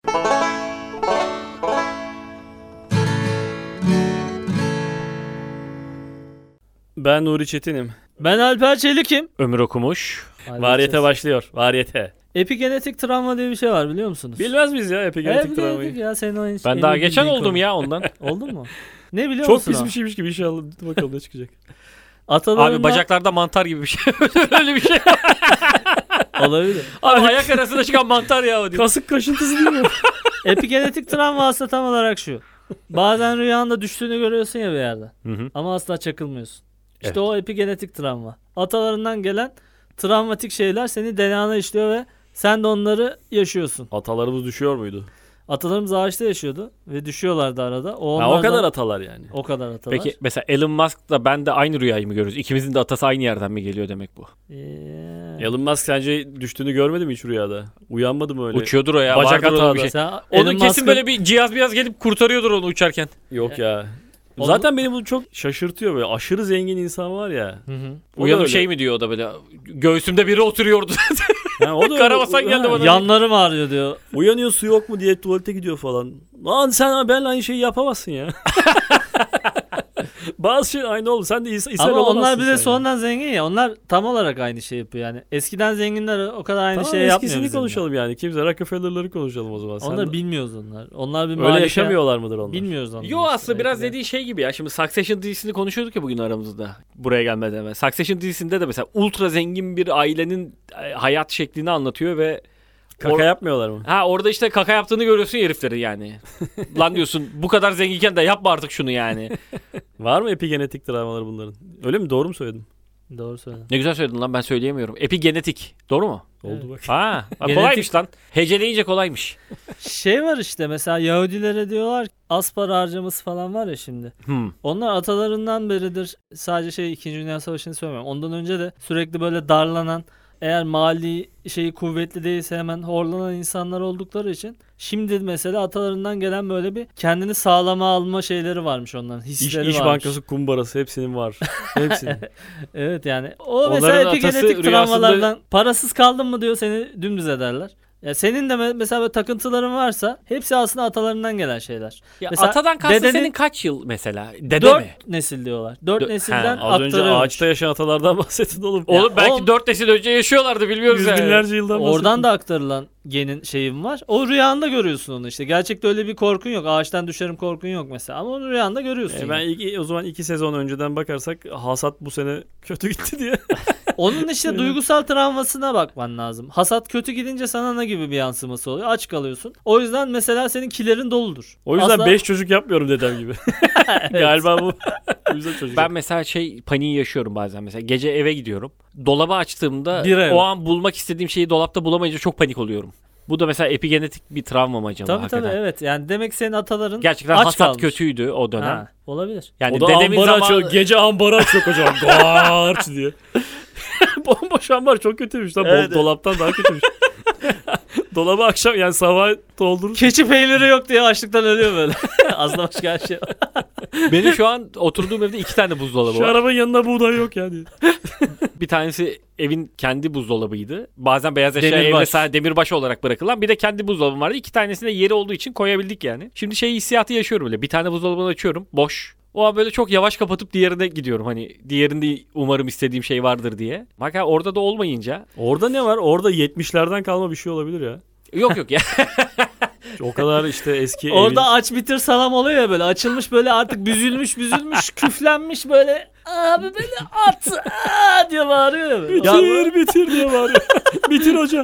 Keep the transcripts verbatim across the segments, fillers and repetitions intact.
Ben Nuri Çetin'im. Ben Alper Çelik'im. Ömür Okumuş. Variyete başlıyor. Variyete. Epigenetik travma diye bir şey var biliyor musunuz? Bilmez miyiz ya epigenetik evet, travmayı? Ya, senin o en, Ben en daha geçen oldum konu. ya ondan. Oldun mu? Ne biliyor Çok musun pis o? bir şeymiş gibi inşallah. Bakalım ne çıkacak. Atalarından... Abi bacaklarda mantar gibi bir şey. Öyle bir şey. Olabilir. Abi ayak arasında çıkan mantar ya o diyor. Kasık kaşıntısı değil mi? Epigenetik travma aslında tam olarak şu. Bazen rüyanda düştüğünü görüyorsun ya bir yerde. Hı hı. Ama asla çakılmıyorsun. İşte Evet. o epigenetik travma. Atalarından gelen travmatik şeyler seni D N A'na işliyor ve sen de onları yaşıyorsun. Atalarımız düşüyor muydu? Atalarımız ağaçta yaşıyordu ve düşüyorlardı arada. O, Ha, o kadar onlardan- atalar yani. O kadar atalar. Peki mesela Elon Musk'la ben de aynı rüyayı mı görüyoruz? İkimizin de atası aynı yerden mi geliyor demek bu? Ee, Elon Musk sence düştüğünü görmedi mi hiç rüyada? Uyanmadı mı öyle? Uçuyordur o ya. Bacak Vardır atağı onun bir da. şey. Sen Onun Elon kesin Musk'ın- böyle bir cihaz biraz gelip kurtarıyordur onu uçarken. Yok ya. Onu- Zaten beni bu çok şaşırtıyor böyle. Aşırı zengin insan var ya. Hı hı. O da Uyanıp öyle. şey mi diyor o da böyle göğsümde biri oturuyordu. Ha, o da öyle. Karabasan geldi Ha, bana. Yanlarım ağrıyor diyor. Uyanıyor su yok mu diye tuvalete gidiyor falan. Lan sen benimle aynı şeyi yapamazsın ya. Bazı şey aynı oldu. Sen de is- ishal Ama olamazsın onlar bir de sen sonradan zengin ya. Onlar tam olarak aynı şey yapıyor yani. Eskiden zenginler o kadar aynı Tamam, şey yapmıyor eskisini bizimle. konuşalım yani. Kimse Rockefeller'ları konuşalım o zaman. Sen Onları de- bilmiyoruz onlar. Onlar bir Öyle malika- yaşamıyorlar mıdır onlar? Bilmiyoruz onlar. Yo işte. aslında biraz Belki de. dediğin şey gibi ya. Şimdi Succession dizisini konuşuyorduk ya bugün aramızda. Buraya gelmeden hemen. Succession dizisinde de mesela ultra zengin bir ailenin e, hayat şeklini anlatıyor ve Kaka Or- yapmıyorlar mı? ha orada işte kaka yaptığını görüyorsun herifleri yani. Lan diyorsun bu kadar zenginken de yapma artık şunu yani. Var mı epigenetik travmaları bunların? Öyle mi? Doğru mu söyledim? Doğru söyledin. Ne güzel söyledin lan ben söyleyemiyorum. Epigenetik. Doğru mu? Oldu Evet. bak. Ha, bak Genetik- kolaymış lan. Heceleyince kolaymış. Şey var işte mesela Yahudilere diyorlar az para harcaması falan var ya şimdi. Hmm. Onlar atalarından beridir sadece şey ikinci. Dünya Savaşı'nı söylemiyorum. Ondan önce de sürekli böyle darlanan eğer mali şeyi kuvvetli değilse hemen horlanan insanlar oldukları için şimdi mesela atalarından gelen böyle bir kendini sağlama alma şeyleri varmış onların. İş, Hisleri İş varmış. Bankası kumbarası hepsinin var. Hepsinin. Evet yani o Onların mesela atası epigenetik rüyasında- travmalardan parasız kaldın mı diyor seni dümdüz ederler. Ya senin de me- mesela böyle takıntıların varsa hepsi aslında atalarından gelen şeyler. Ya Mesela atadan kastı dedenin- senin kaç yıl mesela? Dede Dört mi? nesil diyorlar. Dört Dö- nesilden Ha, Az önce aktarıyormuş. ağaçta yaşayan atalardan bahsettin oğlum. Oğlum Ya belki o- dört nesil önce yaşıyorlardı bilmiyoruz Yüz yani. binlerce yıldan bahsettin. Oradan da aktarılan genin şeyim var. O rüyanda görüyorsun onu işte. Gerçekte öyle bir korkun yok. Ağaçtan düşerim korkun yok mesela. Ama onu rüyanda görüyorsun. E ben yani. iki, o zaman iki sezon önceden bakarsak hasat bu sene kötü gitti diye. Onun işte duygusal travmasına bakman lazım. Hasat kötü gidince sana ne gibi bir yansıması oluyor? Aç kalıyorsun. O yüzden mesela senin kilerin doludur. O yüzden Asla- beş çocuk yapmıyorum dedem gibi. Galiba bu. O yüzden çocuk. Ben mesela şey paniği yaşıyorum bazen mesela. Gece eve gidiyorum. Dolabı açtığımda Bir ev. o an bulmak istediğim şeyi dolapta bulamayınca çok panik oluyorum. Bu da mesela epigenetik bir travma mı acaba? Tabii hakikaten? tabii evet. Yani demek senin ataların Gerçekten aç hasat kalmış. kötüydü o dönem. Ha, olabilir. Yani o da dedemin ambarı zamanı... açıyor. Gece ambarı açıyor kocaman. Garç diye. Bomboş ambar çok kötüymüş lan. Evet. Bo- dolaptan daha kötüymüş. Dolabı akşam yani sabah doldurur. Keçi peyniri yok diye açlıktan ölüyor böyle. Aslında başka her şey var. Benim şu an oturduğum evde iki tane buzdolabı Şu var. arabanın yanında buğday yok ya diye. Bir tanesi evin kendi buzdolabıydı. Bazen beyaz eşya Demirbaş. evde sadece demirbaş olarak bırakılan. Bir de kendi buzdolabım vardı. İki tanesinde yeri olduğu için koyabildik yani. Şimdi şey hissiyatı yaşıyorum öyle. Bir tane buzdolabını açıyorum. Boş. O an böyle çok yavaş kapatıp diğerine gidiyorum. Hani diğerinde umarım istediğim şey vardır diye. Bak ha, orada da olmayınca. Orada ne var? Orada yetmişlerden kalma bir şey olabilir ya. Yok yok ya. O kadar işte eski Orada evin... aç bitir salam oluyor ya böyle. Açılmış böyle artık büzülmüş büzülmüş küflenmiş böyle. Abi beni at aa diye bağırıyor ya böyle. Bitir Ya- bitir diye bağırıyor. Bitir hocam.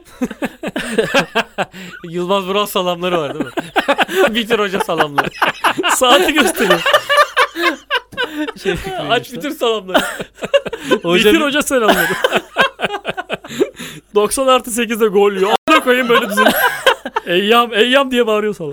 Yılmaz Vural salamları var değil mi? Bitir hoca salamları. Saati gösteriyor. şey Aç bitir salamları. Hoca Bitir hoca selamları. doksan artı sekizde gol yiyor. A**ına koyayım böyle düzeni. Eyyam eyyam diye bağırıyor sana.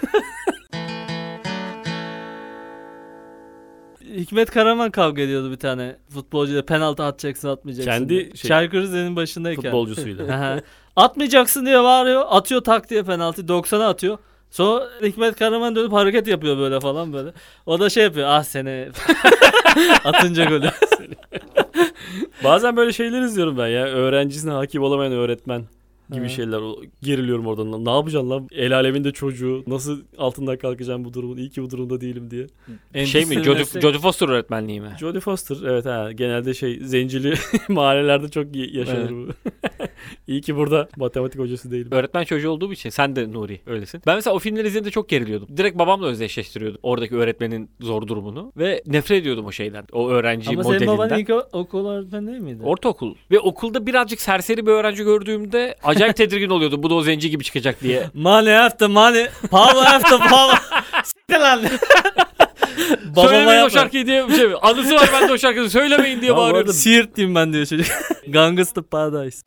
Hikmet Karaman kavga ediyordu bir tane futbolcuyla. Penaltı atacaksın atmayacaksın. Kendi diye. şey- Çaykur Rize'nin başındayken. Futbolcusuyla. Aha. Atmayacaksın diye bağırıyor. Atıyor tak diye penaltı. doksana atıyor. Sonra Hikmet Karaman dönüp hareket yapıyor böyle falan böyle. O da şey yapıyor. Ah seni. Atınca golü. Bazen böyle şeyler izliyorum ben ya. Öğrencisine hakim olamayan öğretmen. gibi Ha. şeyler. O- Geriliyorum oradan. Ne yapacaksın lan? El alemin de çocuğu. Nasıl altından kalkacağım bu durumun? İyi ki bu durumda değilim diye. Şey mi? Endüstri Jodie, meslek- Jodie Foster öğretmenliği mi? Jodie Foster evet ha genelde şey zencili mahallelerde çok y- yaşanır bu. İyi ki burada matematik hocası değilim. Öğretmen çocuğu olduğum için sen de Nuri öylesin. Ben mesela o filmleri izlediğimde çok geriliyordum. Direkt babamla özdeşleştiriyordum oradaki öğretmenin zor durumunu ve nefret ediyordum o şeyden. O öğrenci Ama senin baban modelinden. ilk o- okul öğretmeni değil miydi? Ortaokul. Ve okulda birazcık serseri bir öğrenci gördüğümde acayip tedirgin oluyordum. Bu da o zenci gibi çıkacak diye. Money after money, power after power. Siktir lan. Babama Söylemeyin o yapma. şarkıyı diye bir şey mi? Anısı var bende o şarkının. Söylemeyin diye Ama bu bağırıyorum. arada- Siirt diyeyim ben diyor çocuk. Gangsta Paradise.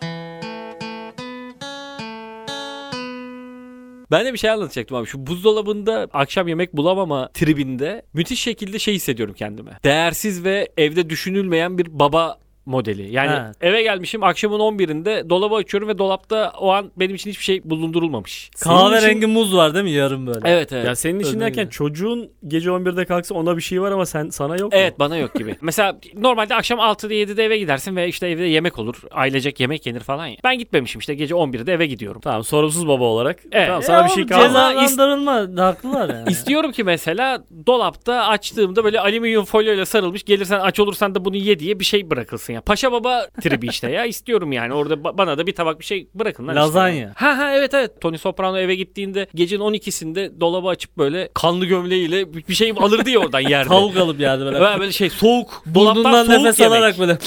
Ben de bir şey anlatacaktım abi. Şu buzdolabında akşam yemek bulamama tribinde müthiş şekilde şey hissediyorum kendime. Değersiz ve evde düşünülmeyen bir baba modeli. Yani Ha. eve gelmişim akşamın on birinde dolabı açıyorum ve dolapta o an benim için hiçbir şey bulundurulmamış. Kahverengi muz var değil mi yarım böyle? Evet evet. Ya senin için Öyle derken gibi. çocuğun gece on birde kalksa ona bir şey var ama sen sana yok Evet mu? bana yok gibi. Mesela normalde akşam altıda yedide eve gidersin ve işte evde yemek olur. Ailecek yemek yenir falan ya. Ben gitmemişim işte gece on birde eve gidiyorum. Tamam sorumsuz baba olarak. Evet. Tamam E sana bir şey oğlum, kalmadı. cezalandırılma haklılar yani. İstiyorum ki mesela dolapta açtığımda böyle alüminyum folyoyla sarılmış gelirsen aç olursan da bunu ye diye bir şey bırakılsın ya. Paşa baba tribi işte ya istiyorum yani orada ba- bana da bir tabak bir şey bırakın lan. işte. Lazanya. Ha ha evet evet. Tony Soprano eve gittiğinde gecenin on ikisinde dolabı açıp böyle kanlı gömleğiyle bir şey alırdı ya oradan yerde. Tavuk alıp yerdi böyle. Böyle, böyle şey soğuk. Dolaptan Burnundan soğuk nefes yemek. alarak böyle.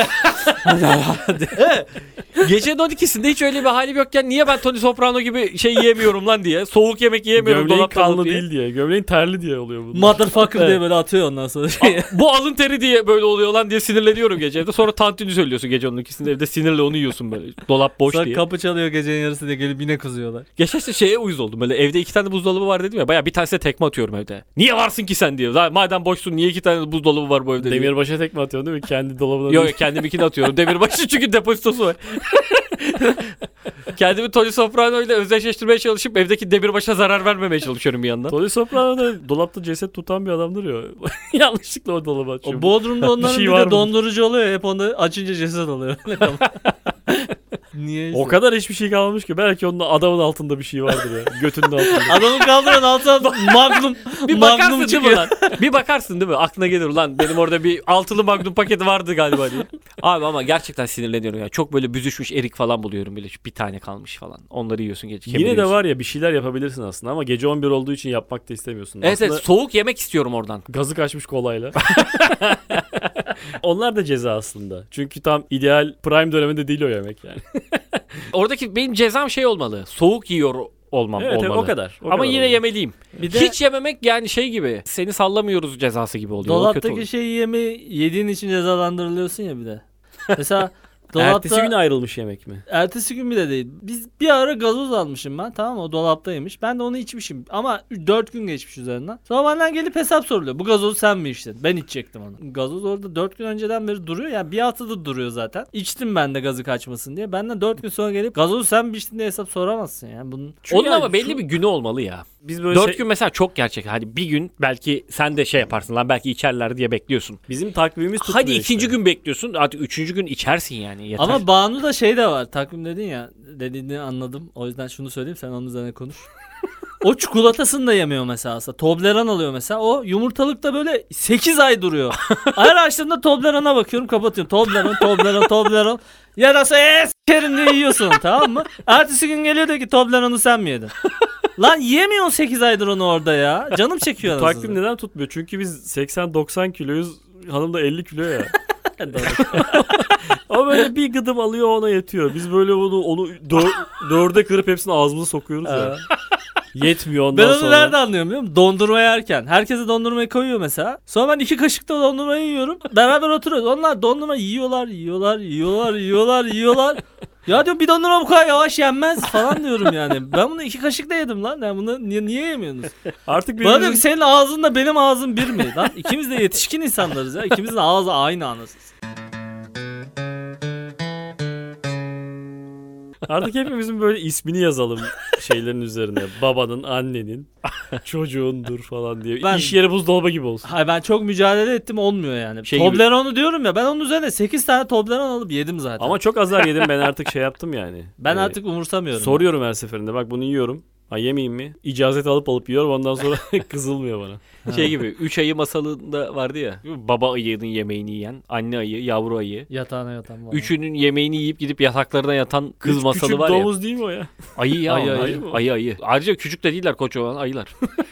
Gecenin on ikisinde hiç öyle bir halim yokken niye ben Tony Soprano gibi şey yiyemiyorum lan diye. Soğuk yemek yiyemiyorum Gömleğin dolaptan kanlı alıp diye. değil diye. Gömleğin terli diye oluyor bu. Motherfucker Evet. diye böyle atıyor ondan sonra. Şey. Bu alın teri diye böyle oluyor lan diye sinirleniyorum gece evde. Sonra tantuni söylüyorsun gece onun ikisinde evde sinirle onu yiyorsun böyle. Dolap boş Sonra diye. kapı çalıyor gecenin yarısı diye gelip yine kızıyorlar. Geçen işte şeye uyuz oldum böyle evde iki tane buzdolabı var dedim ya baya bir tanesine tekme atıyorum evde. Niye varsın ki sen diyor. Zaten madem boşsun niye iki tane buzdolabı var bu evde diye. Demirbaş'a tekme atıyorsun değil mi? Kendi dolabına. Yok değil. yok kendimikini atıyorum. Demirbaşı çünkü depozitosu var. Kendimi Tony Soprano ile özdeşleştirmeye çalışıp evdeki demirbaşa zarar vermemeye çalışıyorum bir yandan. Tony Soprano da dolapta ceset tutan bir adamdır ya. Yanlışlıkla o dolabı açıyor. O Bodrum'da onların şey bir, var de mı? dondurucu oluyor ya, hep onu açınca ceset oluyor. Niye? O kadar hiçbir şey kalmamış ki. Belki onun adamın altında bir şey vardır ya. Götünün altında. Adamı kaldıran altına magnum, Bir magnum bakarsın değil mi çıkıyor. lan? Bir bakarsın değil mi? Aklına gelir lan benim orada bir altılı magnum paketi vardı galiba diye. Abi ama gerçekten sinirleniyorum ya. Çok böyle büzüşmüş erik falan buluyorum böyle. Bir tane kalmış falan. Onları yiyorsun gece. Yine de kemiriyorsun. var ya bir şeyler yapabilirsin aslında ama gece on bir olduğu için yapmak da istemiyorsun. Evet aslında evet soğuk yemek istiyorum oradan. gazı kaçmış kolayla. Onlar da ceza aslında. Çünkü tam ideal prime döneminde değil o yemek yani. Oradaki benim cezam şey olmalı. Soğuk yiyor olmam Evet, evet olmalı. o kadar. O Ama kadar yine olmalı. yemeliyim. Bir de Hiç yememek yani şey gibi. Seni sallamıyoruz cezası gibi oluyor. O kötü dolaptaki oluyor. şeyi yemeği yediğin için cezalandırılıyorsun ya bir de. Mesela Ertesi dolapta gün ayrılmış yemek mi? ertesi gün bile değil. Biz bir ara gazoz almışım ben, tamam mı? O dolaptaymış. Ben de onu içmişim ama dört gün geçmiş üzerinden. Sonra benden gelip hesap soruluyor. Bu gazozu sen mi içtin? Ben içecektim onu. Gazoz orada dört gün önceden beri duruyor. Yani bir haftadır duruyor zaten. İçtim ben de gazı kaçmasın diye. Benden dört gün sonra gelip gazozu sen mi içtin diye hesap soramazsın yani. Bunun Çünkü Onun yani ama belli şu- bir günü olmalı ya. Biz böyle Dört şey- gün mesela çok gerçek. Hadi bir gün belki sen de şey yaparsın lan belki içerler diye bekliyorsun. bizim takvimimiz tutmuyor Hadi ikinci işte. gün bekliyorsun. Hadi üçüncü gün içersin yani. Yeter. ama Banu'da şey de var. Takvim dedin ya. Dediğini anladım. O yüzden şunu söyleyeyim, sen onun üzerine konuş. O çikolatasını da yemiyor mesela aslında. Toblerone alıyor mesela. O yumurtalıkta böyle sekiz ay duruyor. Her açtığımda Toblerone'a bakıyorum, kapatıyorum. Toblerone, Toblerone, Toblerone. Yarasa es kerim diye yiyorsun onu, tamam mı? Ertesi gün geliyor diyor ki Toblerone'u sen mi yedin? Lan yemiyorsun sekiz aydır onu orada ya. Canım çekiyor Bu anasını. takvim neden tutmuyor? Çünkü biz seksen doksan kiloyuz. Hanım da elli kilo ya. Ama böyle bir gıdım alıyor ona yetiyor. Biz böyle onu onu dör, dörde kırıp hepsini ağzımıza sokuyoruz ya. Yetmiyor ondan Ben onu sonra. nerede anlıyorum biliyor musun? Dondurma yerken. Herkese dondurmayı koyuyor mesela. Sonra ben iki kaşık da dondurmayı yiyorum. Beraber oturuyoruz. Onlar dondurma yiyorlar, yiyorlar, yiyorlar, yiyorlar, yiyorlar. Ya diyor bir dondurma bu kadar yavaş yenmez falan diyorum yani. Ben bunu iki kaşık da yedim lan. Yani bunu niye, niye yemiyorsunuz? Artık Bana diyor ki birbirimizin, senin ağzınla benim ağzım bir mi? Lan ikimiz de yetişkin insanlarız ya. İkimizin ağzı aynı anasız. Artık hepimizin böyle ismini yazalım şeylerin üzerine. Babanın, annenin, çocuğundur falan diye. Ben- İş yeri buzdolabı gibi olsun. Hayır, ben çok mücadele ettim, olmuyor yani. Şey gibi- Toblerone'u diyorum ya, ben onun üzerine sekiz tane Toblerone alıp yedim zaten. Ama çok azar yedim, ben artık şey yaptım yani. ben Ee, artık umursamıyorum. soruyorum her seferinde. Bak bunu yiyorum. Ha yemeyeyim mi? İcazet alıp alıp yiyorum, ondan sonra kızılmıyor bana. Şey gibi üç ayı masalında vardı ya. Baba ayının yemeğini yiyen, anne ayı, yavru ayı. Yatağına yatan var. Üçünün yemeğini yiyip gidip yataklarına yatan kız Üç masalı küçük var ya. domuz değil mi o ya? Ayı ya. Ayı, onlar. ayı mı? ayı ayı. Ayrıca küçük de değiller, kocaman ayılar.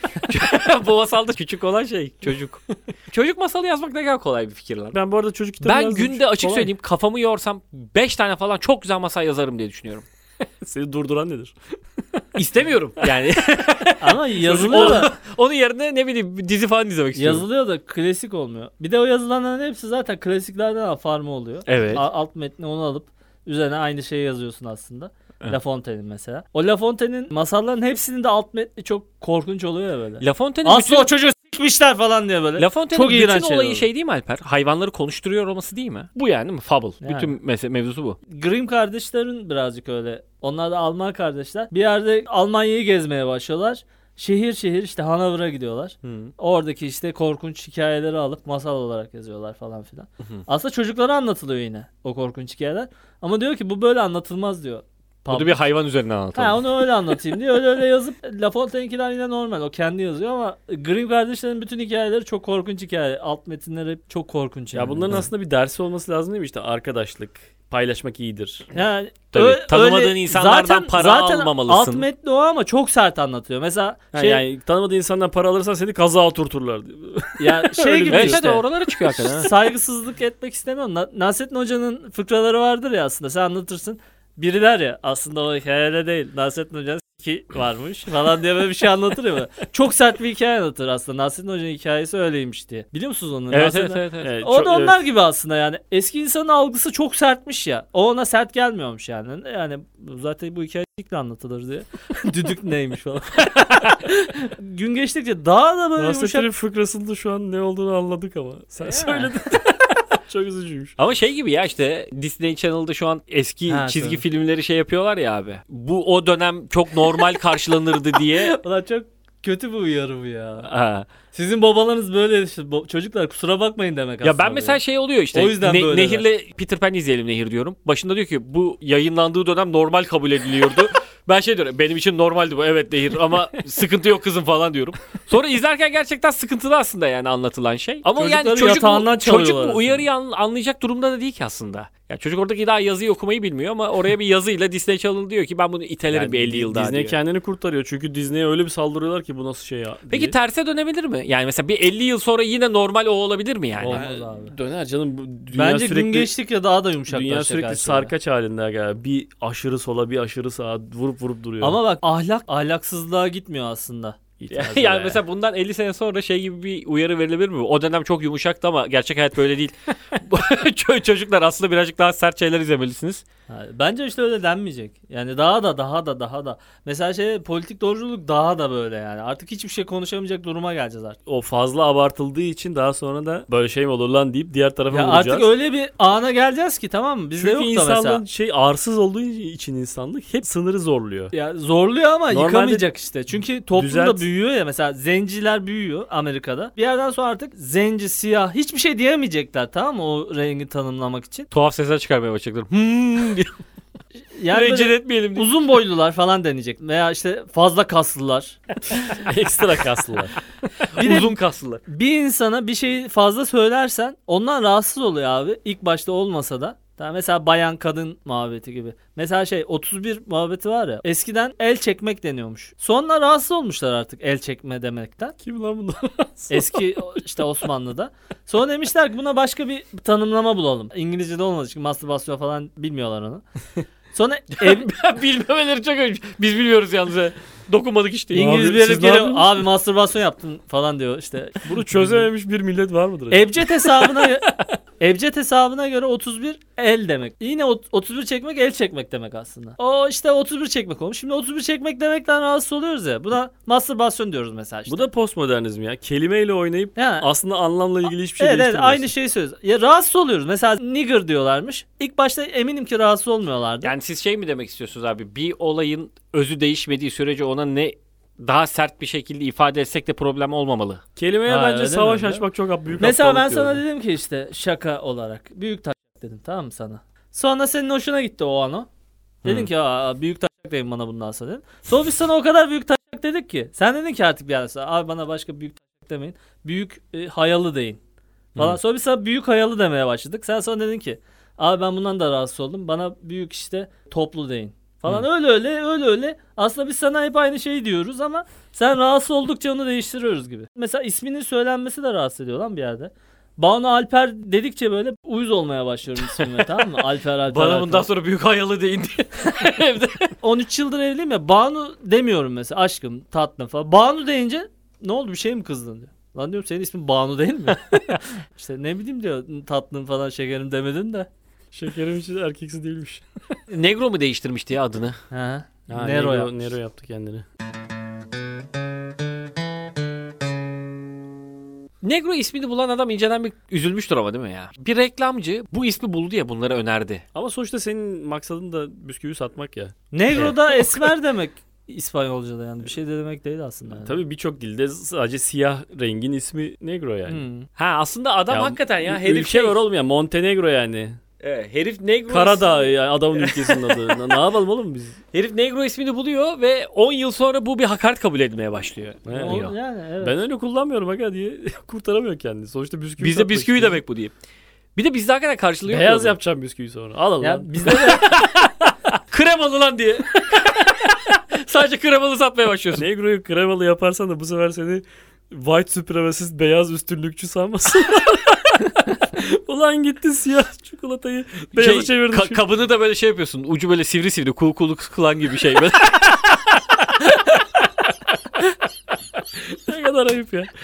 Bu masalda küçük olan şey çocuk. Çocuk masalı yazmak ne kadar kolay bir fikir lan. Ben bu arada çocuk kitabı Ben yazdım. günde açık Kolay. söyleyeyim kafamı yorsam beş tane falan çok güzel masal yazarım diye düşünüyorum. Seni durduran nedir? İstemiyorum yani. Ama yazılıyor da, Onun yerine ne bileyim dizi falan izlemek istiyorum. yazılıyor da klasik olmuyor. Bir de o yazılanların hepsi zaten klasiklerden afarma oluyor. Evet. A- alt metni onu alıp üzerine aynı şeyi yazıyorsun aslında. Evet. La Fontaine'in mesela. O La Fontaine'in masalların hepsinin de alt metni çok korkunç oluyor ya böyle. La Fontaine'in Aslında bütün, o çocuğu s**mişler falan diye böyle. La Fontaine'in çok iğrenç bütün şeyler olayı oluyor. şey değil mi Alper? Hayvanları konuşturuyor olması değil mi? Bu yani değil mi? Fable. Yani. Bütün mese- mevzusu bu. Grimm kardeşlerin birazcık öyle. Onlar da Alman kardeşler. Bir yerde Almanya'yı gezmeye başlıyorlar. Şehir şehir işte Hanover'a gidiyorlar. Oradaki işte korkunç hikayeleri alıp masal olarak yazıyorlar falan filan. Aslında çocuklara anlatılıyor yine o korkunç hikayeler. Ama diyor ki bu böyle anlatılmaz diyor. Bu da bir hayvan üzerine anlatalım. Ha, onu öyle anlatayım diye öyle öyle yazıp La Fontaine'inkiler yine normal. O kendi yazıyor ama Grimm kardeşlerin bütün hikayeleri çok korkunç hikaye. Alt metinleri hep çok korkunç. Ya yani. bunların aslında bir dersi olması lazım değil mi? İşte arkadaşlık, paylaşmak iyidir. Yani Tabii, ö- tanımadığın öyle- insanlardan zaten, para zaten almamalısın. alt metni o ama çok sert anlatıyor. Mesela Ha, şey yani tanımadığın insandan para alırsan seni kaza oturturlar diyor. ya şey Öyle gibi bir- Evet işte. işte oralara çıkıyor hakikaten. ha. Saygısızlık etmek istemiyorum. Na- Nasrettin Hoca'nın fıkraları vardır ya aslında. Sen anlatırsın. Biriler ya aslında o hikayede değil. Nasrettin Hoca'nın ki varmış falan diye böyle bir şey anlatır ya. Böyle. Çok sert bir hikaye anlatır aslında. Nasrettin Hoca'nın hikayesi öyleymiş diye. Biliyor musunuz onu? Evet, Nasrettin- evet evet evet. Evet, O çok- da onlar evet. gibi aslında yani. Eski insanın algısı çok sertmiş ya. O ona sert gelmiyormuş yani. Yani zaten bu hikaye ilkle anlatılır diye. Düdük neymiş falan. Gün geçtikçe daha da böyle yumuşak. Nasrettin'in fıkrasında şu an ne olduğunu anladık ama. Sen Ya. söyledin. Çok üzücüymüş. Ama şey gibi ya işte Disney Channel'da şu an eski Ha, çizgi tabii. filmleri şey yapıyorlar ya abi. Bu o dönem çok normal karşılanırdı diye. Ulan çok kötü bir uyarı bu ya. Ha. Sizin babalarınız böyle işte. Bo- çocuklar kusura bakmayın demek aslında. Ya ben mesela şey oluyor işte. O yüzden Ne- böyleler. Nehir'le Peter Pan izleyelim Nehir diyorum. Başında diyor ki bu yayınlandığı dönem normal kabul ediliyordu. Ben şey diyorum benim için normaldi bu evet Nehir ama sıkıntı yok kızım falan diyorum. Sonra izlerken gerçekten sıkıntılı aslında yani anlatılan şey. Ama yani Çocukları çocuk yatağından bu, çocuk çalıyorlar bu uyarıyı an- anlayacak durumda da değil ki aslında. Ya çocuk oradaki daha yazıyı okumayı bilmiyor ama oraya bir yazıyla Disney Channel diyor ki ben bunu itelerim Yani bir elli yıl daha Disney diyor. kendini kurtarıyor. Çünkü Disney'e öyle bir saldırıyorlar ki bu nasıl şey ya. Peki diye. terse dönebilir mi? Yani mesela bir elli yıl sonra yine normal o olabilir mi yani? Olmaz abi. Döner canım. Bu dünya Bence sürekli, gün geçtikçe daha da yumuşaklaşacak. dünya her sürekli şey. sarkaç halinde. Yani. Bir aşırı sola bir aşırı sağa vurup vurup duruyor. Ama bak ahlak ahlaksızlığa gitmiyor aslında. İtiraz yani be. mesela bundan elli sene sonra şey gibi bir uyarı verilebilir mi? O dönem çok yumuşaktı ama gerçek hayat böyle değil. Ç- Çocuklar aslında birazcık daha sert şeyler izlemelisiniz. Ha, bence işte öyle denmeyecek. Yani daha da daha da daha da. Mesela şey politik doğruculuk daha da böyle yani. Artık hiçbir şey konuşamayacak duruma geleceğiz artık. o fazla abartıldığı için daha sonra da böyle şey mi olur lan deyip diğer tarafa Ya vuracağız. artık öyle bir ana geleceğiz ki tamam mı? Bizde Çünkü yok da insanlığın mesela. şey arsız olduğu için insanlık hep sınırı zorluyor. Ya zorluyor ama Normalde yıkamayacak işte. Çünkü toplumda düzelt- büyüyor ya mesela zenciler büyüyor Amerika'da. Bir yerden sonra artık zenci, siyah hiçbir şey diyemeyecekler tamam mı o rengi tanımlamak için. Tuhaf sesler çıkarmaya başlayacaklar. Hmm diye. Yani Rencide böyle etmeyelim diye. uzun boylular falan deneyecek veya işte fazla kaslılar. Ekstra kaslılar. Bir de Uzun kaslılar. bir insana bir şeyi fazla söylersen ondan rahatsız oluyor abi. İlk başta olmasa da. Tamam, mesela bayan kadın muhabbeti gibi. Mesela şey otuz bir muhabbeti var ya. Eskiden el çekmek deniyormuş. Sonra rahatsız olmuşlar artık el çekme demekten. Kim lan bunlar? Eski işte Osmanlı'da. Sonra demişler ki buna başka bir tanımlama bulalım. İngilizce'de olmadı çünkü mastürbasyon falan bilmiyorlar onu. Sonra ev, Bilmemeleri çok önemli. Biz bilmiyoruz yalnız. ha. Dokunmadık işte. İngiliz Abi, bir herif siz ne geliyor yapıyorsunuz? abi mastürbasyon yaptın falan diyor işte. Bunu çözememiş bir millet var mıdır? acaba? Ebced hesabına Ebced hesabına göre otuz bir el demek. Yine ot- otuz bir çekmek el çekmek demek aslında. O işte otuz bir çekmek olmuş. Şimdi otuz bir çekmek demekten rahatsız oluyoruz ya. Buna mastürbasyon diyoruz mesela işte. Bu da postmodernizm ya. Kelimeyle oynayıp yani, aslında anlamla ilgili hiçbir şey evet evet değiştirmiyorsun. aynı şeyi söylüyoruz. Ya rahatsız oluyoruz. Mesela nigger diyorlarmış. İlk başta eminim ki rahatsız olmuyorlardı. Yani siz şey mi demek istiyorsunuz abi? Bir olayın özü değişmediği sürece ona ne daha sert bir şekilde ifade etsek de problem olmamalı. Kelimeye Ha, bence öyle savaş mi? açmak çok büyük Mesela ben aptallık sana diyorum. dedim ki işte şaka olarak büyük taşak dedim, tamam mı sana? Sonra senin hoşuna gitti o an o. Dedin Hı. ki aa, büyük taşak deyin bana bundan sonra dedin. Sonra biz sana o kadar büyük taşak dedik ki. Sen dedin ki artık bir ara sonra, abi bana başka büyük taşak demeyin. Büyük e, hayalı deyin. Falan. Hı. Sonra biz sana büyük hayalı demeye başladık. Sen sonra dedin ki abi ben bundan da rahatsız oldum. Bana büyük işte toplu deyin. Falan Hı. öyle öyle öyle öyle. Aslında biz sana hep aynı şeyi diyoruz ama sen rahatsız oldukça onu değiştiriyoruz gibi. Mesela isminin söylenmesi de rahatsız ediyor lan bir yerde. Banu Alper dedikçe böyle uyuz olmaya başlıyorum ismime, tamam mı? Alper Alper. Bana Alper. bundan sonra büyük hayalı deyin diye. Evde. on üç yıldır evliyim ya, Banu demiyorum mesela, aşkım tatlım falan. Banu deyince ne oldu, bir şey mi kızdın diyor. Lan diyorum senin ismin Banu değil mi? İşte ne bileyim diyor, tatlım falan şekerim demedin de. Şekerim için erkeksi değilmiş. Negro mu değiştirmişti ya adını? Ha. Ha, Nero Nero, yapmış. Nero yaptı kendini. Negro ismini bulan adam inceden bir üzülmüştür ama değil mi ya? Bir reklamcı bu ismi buldu ya bunları önerdi. Ama sonuçta senin maksadın da bisküvi satmak ya. Negro da esmer demek İspanyolca'da, yani bir şey de demek değil aslında. Yani. Tabii birçok dilde sadece siyah rengin ismi Negro yani. Hmm. Ha aslında adam Ya, hakikaten ya ülke herif şey. var oğlum ya, Montenegro yani. Evet, herif Negro Karadağ yani adamın ülkesinin adı. Ne- ne yapalım oğlum biz? Herif Negro ismini buluyor ve on yıl sonra bu bir hakaret kabul etmeye başlıyor. He. O- Diyor. yani evet. Ben öyle kullanmıyorum aga diye kurtaramıyor kendini. Sonuçta bisküvi Bizde satmak bisküvi istiyor. demek bu diyeyim. Bir de bizde hakikaten karşılığı yok. Beyaz ya bu. yapacağım bisküvi sonra. Al al Ya lan. bizde de Kremalı lan diye. Sadece kremalı satmaya başlıyorsun. Negro'yu kremalı yaparsan da bu sefer seni white supremacist beyaz üstünlükçü sanmasın. Ulan gitti siyah çikolatayı beyaza Şey, çevirdi. ka- kabını da böyle şey yapıyorsun. Ucu böyle sivri sivri kul kuluk kılan gibi bir şey böyle. Ne kadar ayıp ya.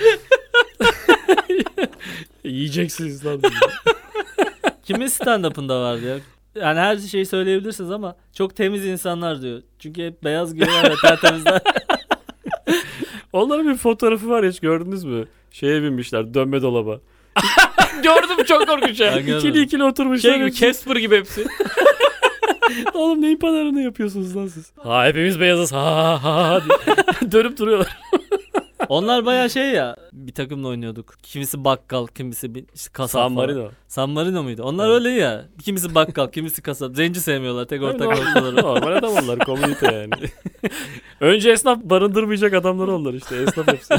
Yiyeceksiniz lan. kimin stand-up'ında vardı ya? Yani her şeyi söyleyebilirsiniz ama çok temiz insanlar diyor. Çünkü hep beyaz giyiyorlar ve tertemizler. Onların bir fotoğrafı var ya, hiç gördünüz mü? Şeye binmişler, dönme dolaba. Gördüm, çok korkunç ya. Ben görmedim. İkili ikili oturmuşlar. Şey gibi, hepsi. Casper gibi hepsi. Oğlum neyin pazarını yapıyorsunuz lan siz? Ha hepimiz beyazız ha ha ha ha diye. Dönüp duruyorlar. Onlar bayağı şey ya, bir takımla oynuyorduk. Kimisi bakkal, kimisi bir işte kasap San falan. Marino. San Marino muydu? Onlar Evet. öyle ya. Kimisi bakkal, kimisi kasap. Zenci sevmiyorlar. Tek ortak Normal- noktaları. Normal adam onlar, komünite yani. Önce esnaf barındırmayacak adamlar onlar işte. Esnaf hepsi.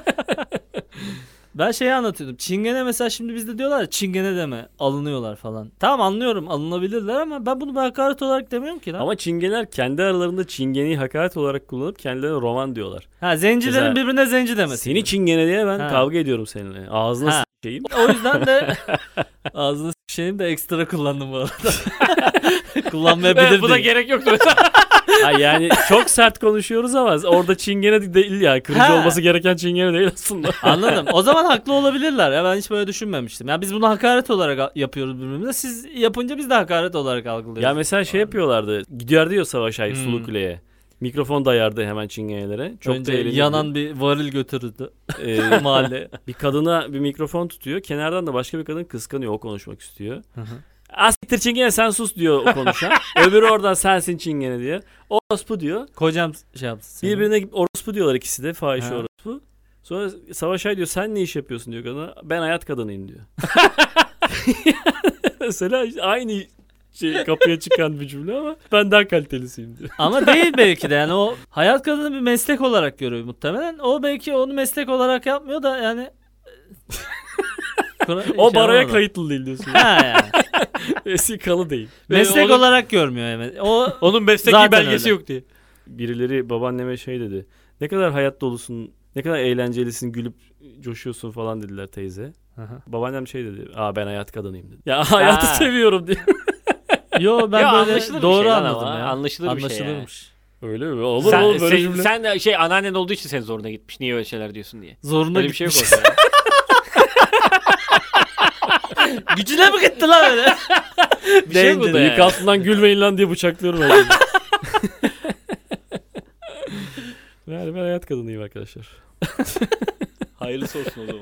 Ben şeyi anlatıyordum. Çingene mesela, şimdi bizde diyorlar ya çingene deme. Alınıyorlar falan. Tamam anlıyorum, alınabilirler ama ben bunu bir hakaret olarak demiyorum ki lan. Ama çingeneler kendi aralarında çingeneyi hakaret olarak kullanıp kendilerine roman diyorlar. Ha, zencilerin Mesela, birbirine zenci demesi. Seni çingene diye ben Ha. kavga ediyorum seninle. Ağzına Ha. s**eyim. O yüzden de ağzını s**eyim de ekstra kullandım bu arada. Kullanmayabilir Evet, bu da değil. gerek yoktu mesela. Ha yani çok sert konuşuyoruz ama orada çingene değil ya. Kırıcı Ha. olması gereken çingene değil aslında. Anladım. O zaman haklı olabilirler ya, ben hiç böyle düşünmemiştim. Ya biz bunu hakaret olarak a- yapıyoruz birbirimize. Siz yapınca biz de hakaret olarak algılıyoruz. Ya mesela şey yapıyorlardı. Gidiyordu ya Savaş Ay Hmm. Sulu Kule'ye. Mikrofon dayardı hemen çingenelere. Çok Önce da eğlenirdi. yanan bir varil götürürdü Ee, mahalle. bir kadına bir mikrofon tutuyor. Kenardan da başka bir kadın kıskanıyor. O konuşmak istiyor. Hı hı. Asiktir çingene sen sus diyor o konuşan. Öbürü oradan sensin çingene diyor. Orospu diyor. Kocam şey yaptı. seni. Birbirine orospu diyorlar ikisi de. Fahişe Ha. orospu. Sonra Savaş Ay diyor sen ne iş yapıyorsun diyor kadına. Ben hayat kadınıyım diyor. Mesela işte aynı şey kapıya çıkan bir cümle ama ben daha kalitelisiyim diyor. Ama değil belki de, yani o hayat kadını bir meslek olarak görüyor muhtemelen. O belki onu meslek olarak yapmıyor da yani. Kura- O şey baraya yapamadım. kayıtlı değil diyorsun. Ha yani. Vesikalı değil. Meslek onun- olarak görmüyor yani. O Onun mesleki Zaten belgesi öyle. yok diye. Birileri babaanneme şey dedi. Ne kadar hayat dolusun, ne kadar eğlencelisin, gülüp coşuyorsun falan dediler teyze. Aha. Babaannem şey dedi. Aa ben hayat kadınıyım dedi. Ya hayatı Ha. seviyorum diye. Yo ben Ya böyle anlaşılır bir doğru şey lan anladım ama. ya. Anlaşılır bir şey Anlaşılırmış. Öyle mi? Olur sen, oğlum böyle sen, cümle. sen de şey anneannen olduğu için senin zoruna gitmiş. Niye öyle şeyler diyorsun diye. Zorunda Öyle bir şey yok gitmiş. orada. Gücüne mi gitti lan öyle? Bir şey bu da yani. İlk altından gülmeyin lan diye bıçaklıyorum ben. Yani ben hayat kadınıyım arkadaşlar. Hayırlısı olsun o zaman.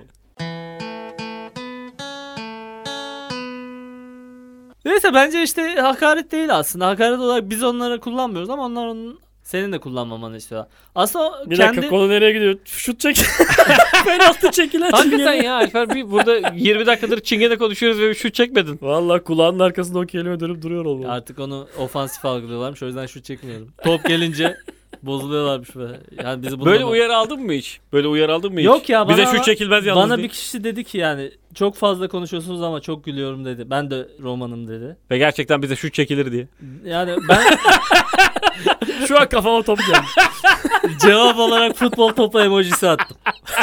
Neyse bence işte hakaret değil aslında. Hakaret olarak biz onlara kullanmıyoruz ama onlar onun senin de kullanmamanı istiyorlar. Aslında o Bir kendi... dakika konu nereye gidiyor? Şut çek. Penaltı çekilen Hakikaten çingene. ya Alper bir burada yirmi dakikadır çingene konuşuyoruz ve bir şut çekmedin. Valla kulağının arkasında o kelime dönüp duruyor olmalı. Artık onu ofansif algılıyorlarmış. O yüzden şut çekmiyorum. Top gelince bozuluyorlarmış böyle. Yani bizi bununla Böyle mı- uyarı aldın mı hiç? Böyle uyarı aldın mı hiç? Yok ya, Bize bana şut ama- çekilmez yalnız Bana diye. bir kişi dedi ki yani çok fazla konuşuyorsunuz ama çok gülüyorum dedi. Ben de romanım dedi. Ve gerçekten bize şut çekilir diye. Yani ben Şu an kafama top geldi. cevap olarak futbol topu emojisi attım.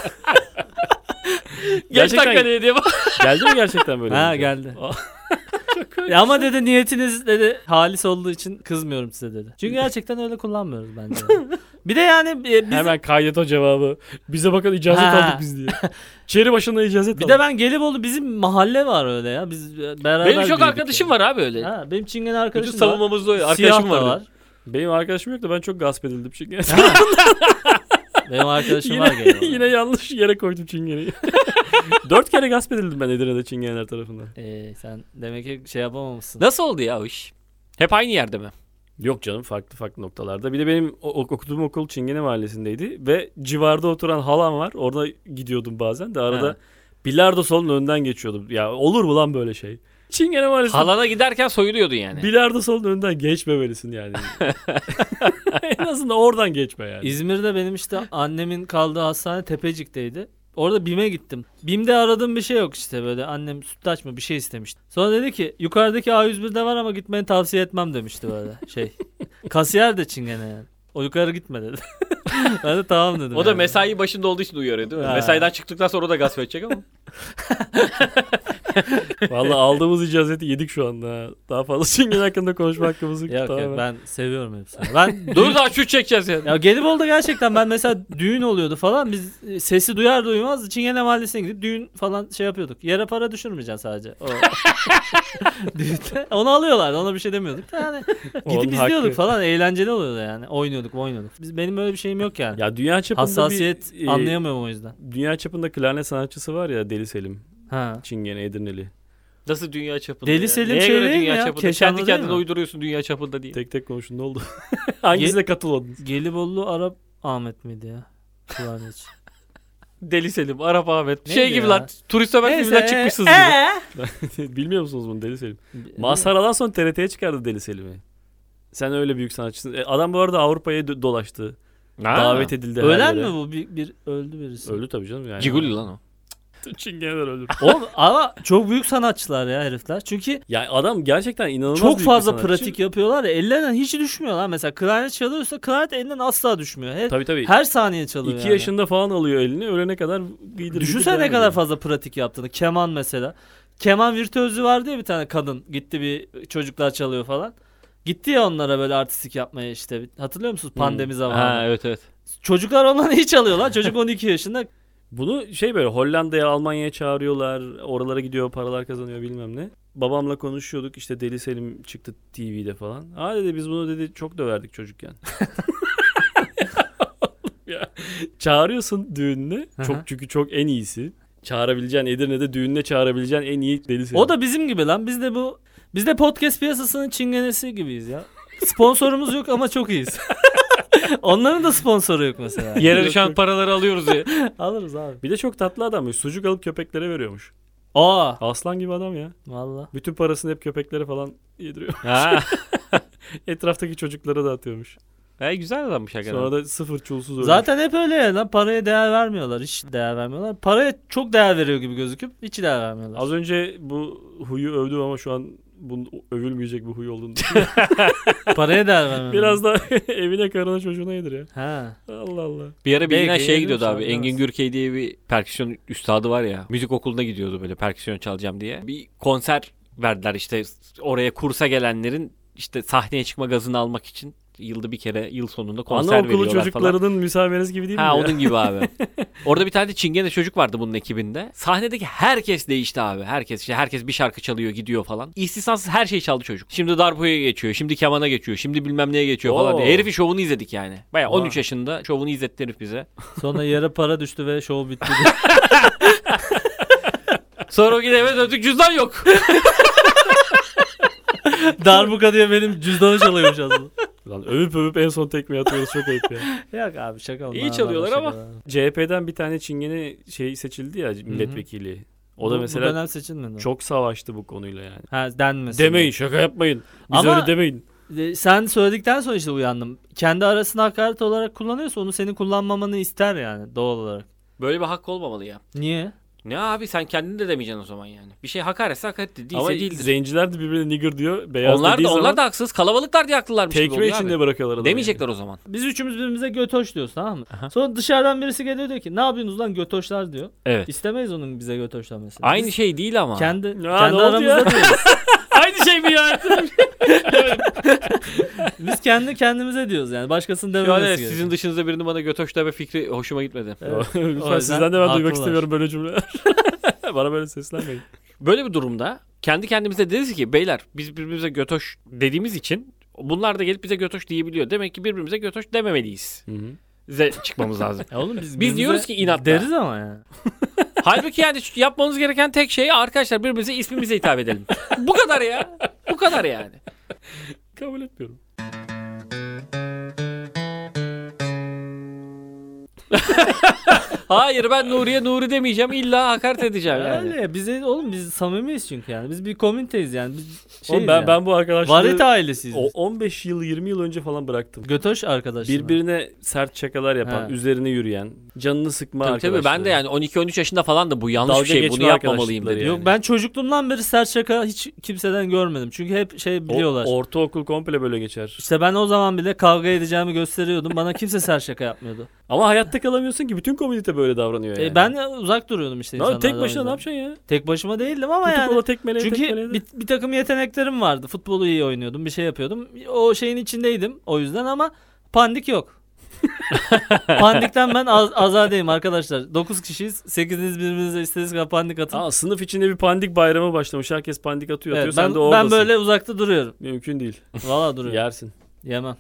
Geç Gerçekten- dakika diye diye bak. Geldi mi gerçekten böyle? Ha bir şey? geldi. Aa, Ya ama dedi niyetiniz dedi halis olduğu için kızmıyorum size dedi. Çünkü gerçekten öyle kullanmıyoruz bence. Bir de yani e, biz Hemen kaydet o cevabı. Bize bakın icazet Ha. aldık biz diye. Çeri başında icazet bir aldık. de ben Gelibolu bizim mahalle var öyle ya. Biz e, beraber Benim çok büyüdük arkadaşım yani. var abi öyle. Ha, benim çingene Bütün arkadaşım var. savunmamızda o Siyah arkadaşım da var. var. Benim arkadaşım yok da ben çok gasp edildim çünkü. Benim arkadaşım var yine, Gelibolu. yine yanlış yere koydum çingeneyi. Dört kere gasp edildim ben Edirne'de çingeneler tarafından. Ee, sen demek ki şey yapamamışsın. Nasıl oldu ya o iş? Hep aynı yerde mi? Yok canım farklı farklı noktalarda. Bir de benim o- okuduğum okul Çingene Mahallesi'ndeydi. Ve civarda oturan halam var. Orada gidiyordum bazen de arada Ha. bilardo salonun önünden geçiyordum. Ya olur mu lan böyle şey? Çingene Mahallesi. Halana giderken soyuluyordun yani. Bilardo salonun önünden geçmemelisin yani. En azından oradan geçme yani. İzmir'de benim işte annemin kaldığı hastane Tepecik'teydi. Orada BİM'e gittim. BİM'de aradığım bir şey yok işte böyle. Annem sütlaç mı bir şey istemişti. Sonra dedi ki yukarıdaki A yüz birde var ama gitmeni tavsiye etmem demişti böyle şey. Kasiyer de çingene yani. O yukarı gitme dedi. Ben de tamam dedim. O da yani. mesai başında olduğu için uyarıyor değil mi? Ha. Mesaiden çıktıktan sonra o da gasp edecek ama. Vallahi aldığımız icazeti yedik şu anda. ha. Daha fazla Çingene hakkında konuşma hakkımız yok. Yok Tamamen. yok ben seviyorum hepsini. Ben Dur daha şut çekeceğiz yani. ya Gelibolu'da gerçekten ben mesela düğün oluyordu falan biz e, sesi duyar duymaz Çingene Mahallesi'ne gidip düğün falan şey yapıyorduk. Yere para düşürmeyeceksin sadece. O. Düğünde onu alıyorlardı ona bir şey demiyorduk. Yani Onun gidip izliyorduk hakkı. falan eğlenceli oluyordu yani. Oynuyorduk oynuyorduk. Biz, benim öyle bir şeyim yok yani. Ya dünya çapında Hassasiyet bir, e, anlayamıyorum o yüzden. dünya çapında klarnet sanatçısı var ya Deli Selim. Ha. Çingene Edirneli. Nasıl dünya çapında? Deli ya? Selim Neye şey göre değil mi dünya ya? çapında? Keşanlı Kendi değil kendine mi? uyduruyorsun dünya çapında diye. Tek tek konuşun ne oldu? Hangisine katılmadınız? Gelibolu Arap Ahmet miydi ya? Klarnetçi. Deli Selim, Arap Ahmet. Neydi Şey gibi ya? lan. Turist Ömer Neyse, filminden çıkmışsınız ee? gibi. Bilmiyor musunuz bunu Deli Selim? Masaradan sonra T R T'ye çıkardı Deli Selim'i. Sen öyle büyük sanatçısın. E, adam bu arada Avrupa'ya do- dolaştı. Ha. Davet edildi her Ölen yere. mi bu? Bir, bir öldü birisi. Öldü tabii canım. Yani. Ciguli lan o. Çingeneler ölür. Oğlum ama çok büyük sanatçılar ya herifler. Çünkü Yani adam gerçekten inanılmaz çok büyük bir fazla sanatçı. pratik yapıyorlar ya. Ellerinden hiç düşmüyor lan. Mesela klarnet çalıyorsa klarnet elinden asla düşmüyor. Her, Tabii tabii. her saniye çalıyor İki yani. yaşında falan alıyor elini. Ölene kadar giydir. Düşünsene ne kadar fazla pratik yaptığını. Keman mesela. Keman virtüözü vardı ya bir tane kadın. Gitti bir çocuklar çalıyor falan. Gitti ya onlara böyle artistik yapmaya işte. Hatırlıyor musunuz pandemi zamanında? Ha evet evet. Çocuklar ondan iyi çalıyorlar. Çocuk on iki yaşında. Bunu şey böyle Hollanda'ya, Almanya'ya çağırıyorlar. Oralara gidiyor, paralar kazanıyor bilmem ne. Babamla konuşuyorduk işte Deli Selim çıktı T V'de falan. Ha dedi biz bunu dedi çok döverdik çocukken. Ya, çağırıyorsun düğününe. Hı hı. Çok çünkü çok en iyisi. Çağırabileceğin Edirne'de düğününe çağırabileceğin en iyi Deli Selim. O da bizim gibi lan. Biz de bu biz de podcast piyasasının çingenesi gibiyiz ya. Sponsorumuz yok ama çok iyiyiz. Onların da sponsoru yok mesela. Yere Yok, düşen yok. paraları alıyoruz ya. Alırız abi. Bir de çok tatlı adammış. Sucuk alıp köpeklere veriyormuş. Aa. Aslan gibi adam ya. Valla. Bütün parasını hep köpeklere falan yediriyor. Ha. Etraftaki çocuklara dağıtıyormuş. Ha, güzel adammış hakikaten. Sonra da sıfır çulsuz ölmüş. Zaten hep öyle ya lan. Paraya değer vermiyorlar. Hiç değer vermiyorlar. Paraya çok değer veriyor gibi gözüküp hiç değer vermiyorlar. Az önce bu huyu övdüm ama şu an bunun övülmeyecek bir huy olduğunu Paraya değer vermiyorlar. biraz da evine, karına, çocuğuna yedir ya. Ha. Allah Allah. Bir ara bilinen Belki şeye yedim gidiyordu abi. sanmaz. Engin Gürkey diye bir perküsyon üstadı var ya. Müzik okuluna gidiyordu böyle perküsyon çalacağım diye. Bir konser verdiler işte oraya kursa gelenlerin işte sahneye çıkma gazını almak için. Yılda bir kere yıl sonunda konser Anaokulu veriyorlar falan. çocuklarının müsameresi gibi değil mi? Ha ya? onun gibi abi. Orada bir tane de çingene çocuk vardı bunun ekibinde. Sahnedeki herkes değişti abi. Herkes işte herkes bir şarkı çalıyor gidiyor falan. İstisnasız her şeyi çaldı çocuk. Şimdi darbukaya geçiyor. Şimdi kemana geçiyor. Şimdi bilmem neye geçiyor falan Oo. diye. Herifin şovunu izledik yani. Baya Vay. on üç yaşında şovunu izletti herif bize. Sonra yere para düştü ve show bitti. Sonra o gün eve döndük cüzdan yok. Darbuka diye benim cüzdanı çalıyormuş aslında. Lan övüp övüp en son tekmeyi atıyoruz, çok ayıp ya. Yok abi şaka onlar. İyi çalıyorlar ama. C H P'den bir tane çingene şey seçildi ya, milletvekili. O da Bu- mesela bu dönem seçilmedi. çok savaştı bu konuyla yani. Ha, denmesin. Demeyin, şaka yapmayın. Biz Ama- öyle demeyin. E, Sen söyledikten sonra işte uyandım. Kendi arasında hakaret olarak kullanıyorsa onu senin kullanmamanı ister yani doğal olarak. Böyle bir hak olmamalı ya. Niye? Ne abi sen kendin de demeyeceksin o zaman yani. Bir şey hakaretse hakaret değilse Ama değildir. zenciler de birbirine nigger diyor. Beyaz Onlar dediği da onlar zaman da haksız. Kalabalıklar diye haklılarmış gibi tekme oluyor içinde abi. bırakıyorlar adamı. Demeyecekler o zaman. Biz üçümüz birbirimize götoş diyoruz, tamam mı? Aha. Sonra dışarıdan birisi geliyor diyor ki ne yapıyorsunuz lan götoşlar diyor. Evet. İstemeyiz onun bize götoş demesini. Aynı Biz şey değil ama. kendi, Ya, kendi ne oldu aramızda ya? diyoruz. Aynı şey mi ya? Biz kendi kendimize diyoruz yani. Başkasının Şu an dememesi evet, gerekiyor. sizin dışınızda birinin bana götoş deme fikri hoşuma gitmedi. Evet. O Lütfen yüzden sizden de ben duymak haklılar. istemiyorum böyle cümleler. Bana böyle seslenmeyin. Böyle bir durumda kendi kendimize deriz ki beyler biz birbirimize götoş dediğimiz için bunlar da gelip bize götoş diyebiliyor. Demek ki birbirimize götoş dememeliyiz. Hı hı. Bize çıkmamız lazım. Ya oğlum biz, Biz birbirimize diyoruz ki inatla. deriz ama yani. Halbuki yani yapmamız gereken tek şey arkadaşlar birbirimize ismimize hitap edelim. Bu kadar ya. Bu kadar yani. Kabul etmiyorum. Hayır ben Nuriye Nuri demeyeceğim. İlla hakaret edeceğim yani. Öyle ya, bize oğlum biz samimiyiz çünkü yani. Biz bir komüniteyiz yani. Biz şeyiz Oğlum ben, yani. ben bu arkadaşları Varite ailesiyiz. o biz. on beş yıl yirmi yıl önce falan bıraktım. Götoş arkadaşlar. Birbirine sert şakalar yapan, He. üzerine yürüyen, canını sıkma Tabii arkadaşları. tabii ben de yani on iki on üç yaşında falan da bu yanlış Dalga bir şey. geçme Bunu yapmamalıyım arkadaşlıkları dedi. yani. Yok ben çocukluğumdan beri sert şaka hiç kimseden görmedim. Çünkü hep şey O- biliyorlar. ortaokul komple böyle geçer. İşte ben o zaman bile kavga edeceğimi gösteriyordum. Bana kimse sert şaka yapmıyordu. Ama hayatta kalamıyorsun ki, bütün komünite böyle davranıyor yani. E, ben uzak duruyordum işte Lan insanlardan. tek o başına yüzden. ne yapacaksın ya? Tek başıma değildim ama Tutup yani. ona tekmeleye Çünkü tekmeleye. bir, bir takım yeteneklerim vardı. Futbolu iyi oynuyordum. Bir şey yapıyordum. O şeyin içindeydim o yüzden ama pandik yok. Pandikten ben az, azadeyim arkadaşlar. dokuz kişiyiz. sekiziniz birbirinize istediğiniz kadar pandik atın. Aa, sınıf içinde bir pandik bayramı başlamış. Herkes pandik atıyor Evet, atıyor. ben, Sen de oradasın. ben böyle uzakta duruyorum. Mümkün değil. Valla duruyorum. Yersin. Yemem.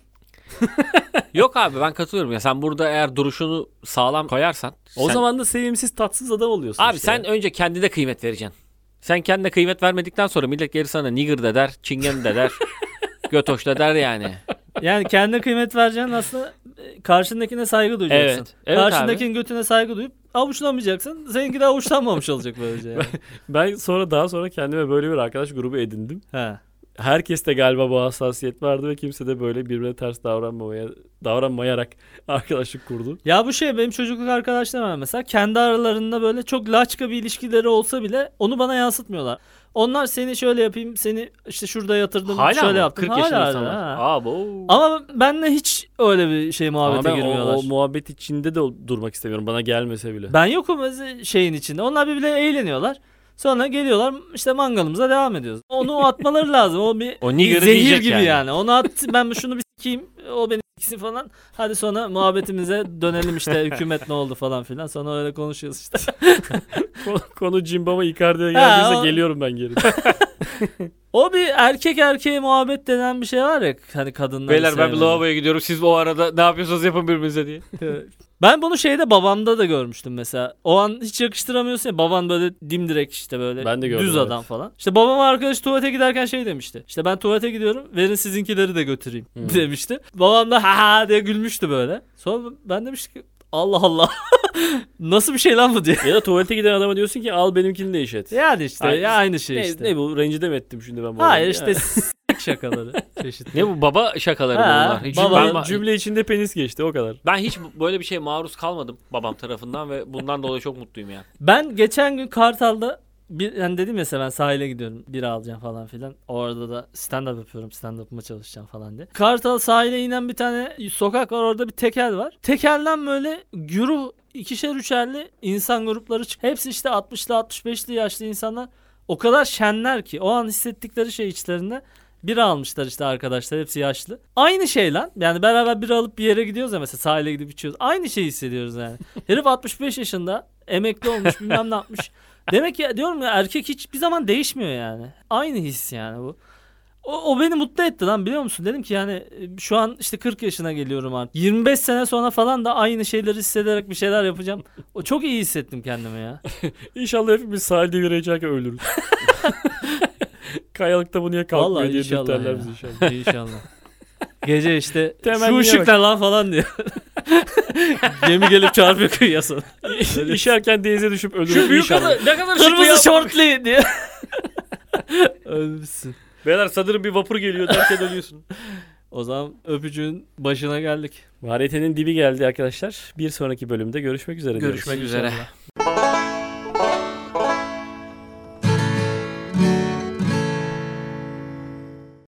Yok abi ben katılıyorum ya. Sen burada eğer duruşunu sağlam koyarsan. O sen- zaman da sevimsiz tatsız adam oluyorsun Abi işte sen ya. önce kendine kıymet vereceksin. Sen kendine kıymet vermedikten sonra millet geri sana nigger de der, çingen de der, götoş da der yani. Yani kendine kıymet vereceksin aslında e, karşındakine saygı duyacaksın. Evet, evet Karşındakinin götüne saygı duyup avuçlamayacaksın. Seninki de avuçlanmamış olacak böylece yani. Ben sonra daha sonra kendime böyle bir arkadaş grubu edindim. He. Herkeste galiba bu hassasiyet vardı ve kimse de böyle birbirine ters davranmamaya davranmayarak arkadaşlık kurdu. Ya bu şey benim çocukluk arkadaşlarım var mesela. Kendi aralarında böyle çok laçka bir ilişkileri olsa bile onu bana yansıtmıyorlar. Onlar seni şöyle yapayım, seni işte şurada yatırdım, Hala şöyle mı? yaptım. kırk yaşında Hala, insanlar. ha. Abo. Ama benle hiç öyle bir şey Ama muhabbete ben o, girmiyorlar. o muhabbet içinde de durmak istemiyorum. Bana gelmese bile. Ben yokum mesela şeyin içinde. Onlar birbirleri eğleniyorlar. Sonra geliyorlar işte mangalımıza devam ediyoruz. Onu atmaları lazım. O bir, O bir nigger'ı zehir diyecek gibi yani. yani. Onu at ben şunu bir sikeyim. O beni siksin falan. Hadi sonra muhabbetimize dönelim işte hükümet ne oldu falan filan. Sonra öyle konuşuyoruz işte. Konu, konu cimbama Icardi'ye Ha, geldiyse o- geliyorum ben geri. O bir erkek erkeğe muhabbet denen bir şey var ya hani kadınlar. Beyler ben bir lavaboya gidiyorum. Siz o arada ne yapıyorsanız yapın birbirinize diye. Ben bunu şeyde babamda da görmüştüm mesela. O an hiç yakıştıramıyorsun ya. Baban böyle dimdirek işte böyle Ben de gördüm, düz evet. adam falan. İşte babam arkadaş tuvalete giderken şey demişti. İşte ben tuvalete gidiyorum. Verin sizinkileri de götüreyim Hmm. demişti. Babam da ha ha diye gülmüştü böyle. Sonra ben demiştim ki Allah Allah. Nasıl bir şey lan bu diye. Ya da tuvalete giden adama diyorsun ki al benimkini de işet. Yani işte Ay, ya aynı şey ne, işte. ne bu? Rencide mi ettim şimdi ben bu Hayır adamı? işte Ya. s**k şakaları çeşitli. Ne bu baba şakaları mı Ha, bunlar? Hiç baba- ben, Cümle içinde penis geçti o kadar. ben hiç böyle bir şeye maruz kalmadım babam tarafından ve bundan dolayı çok mutluyum ya. Ben geçen gün Kartal'da bir yani dedim ya size ben sahile gidiyorum bira alacağım falan filan. Orada da stand up yapıyorum. Stand up'ıma çalışacağım falan diye. Kartal sahile inen bir tane sokak var, orada bir tekel var. Tekelden böyle güruh ikişer üçerli insan grupları çık. Hepsi işte altmışlı altmış beşli yaşlı insanlar. O kadar şenler ki o an hissettikleri şey içlerinde Bira almışlar işte arkadaşlar, hepsi yaşlı. Aynı şey lan. Yani beraber bira alıp bir yere gidiyoruz ya, mesela sahile gidip içiyoruz. Aynı şeyi hissediyoruz yani. Herif altmış beş yaşında, emekli olmuş, bilmem ne yapmış. Demek ki diyorum ya, erkek hiçbir zaman değişmiyor yani. Aynı his yani bu. O, o beni mutlu etti lan, biliyor musun? Dedim ki yani şu an işte kırk yaşına geliyorum artık. yirmi beş sene sonra falan da aynı şeyleri hissederek bir şeyler yapacağım. O çok iyi hissettim kendimi ya. İnşallah hepimiz sahilde yürü içerken ölürüz. Kayalıkta bu niye kalkmıyor Vallahi diye inşallah dürterler ya. bizi inşallah. İnşallah. Gece işte Temenniye şu ışık bak. ne lan falan diyor. Gemi gelip çarpıyor kıyıya sonra. İşerken denize düşüp ölürüz Şu büyük inşallah. kadar ne kadar ışıklı ya. Kırmızı şortlu diye. Ölmüşsün. Beyler sanırım bir vapur geliyor derken ölüyorsun. O zaman öpücüğün başına geldik. Variyetenin dibi geldi arkadaşlar. Bir sonraki bölümde görüşmek üzere diyoruz. Görüşmek üzere. İnşallah.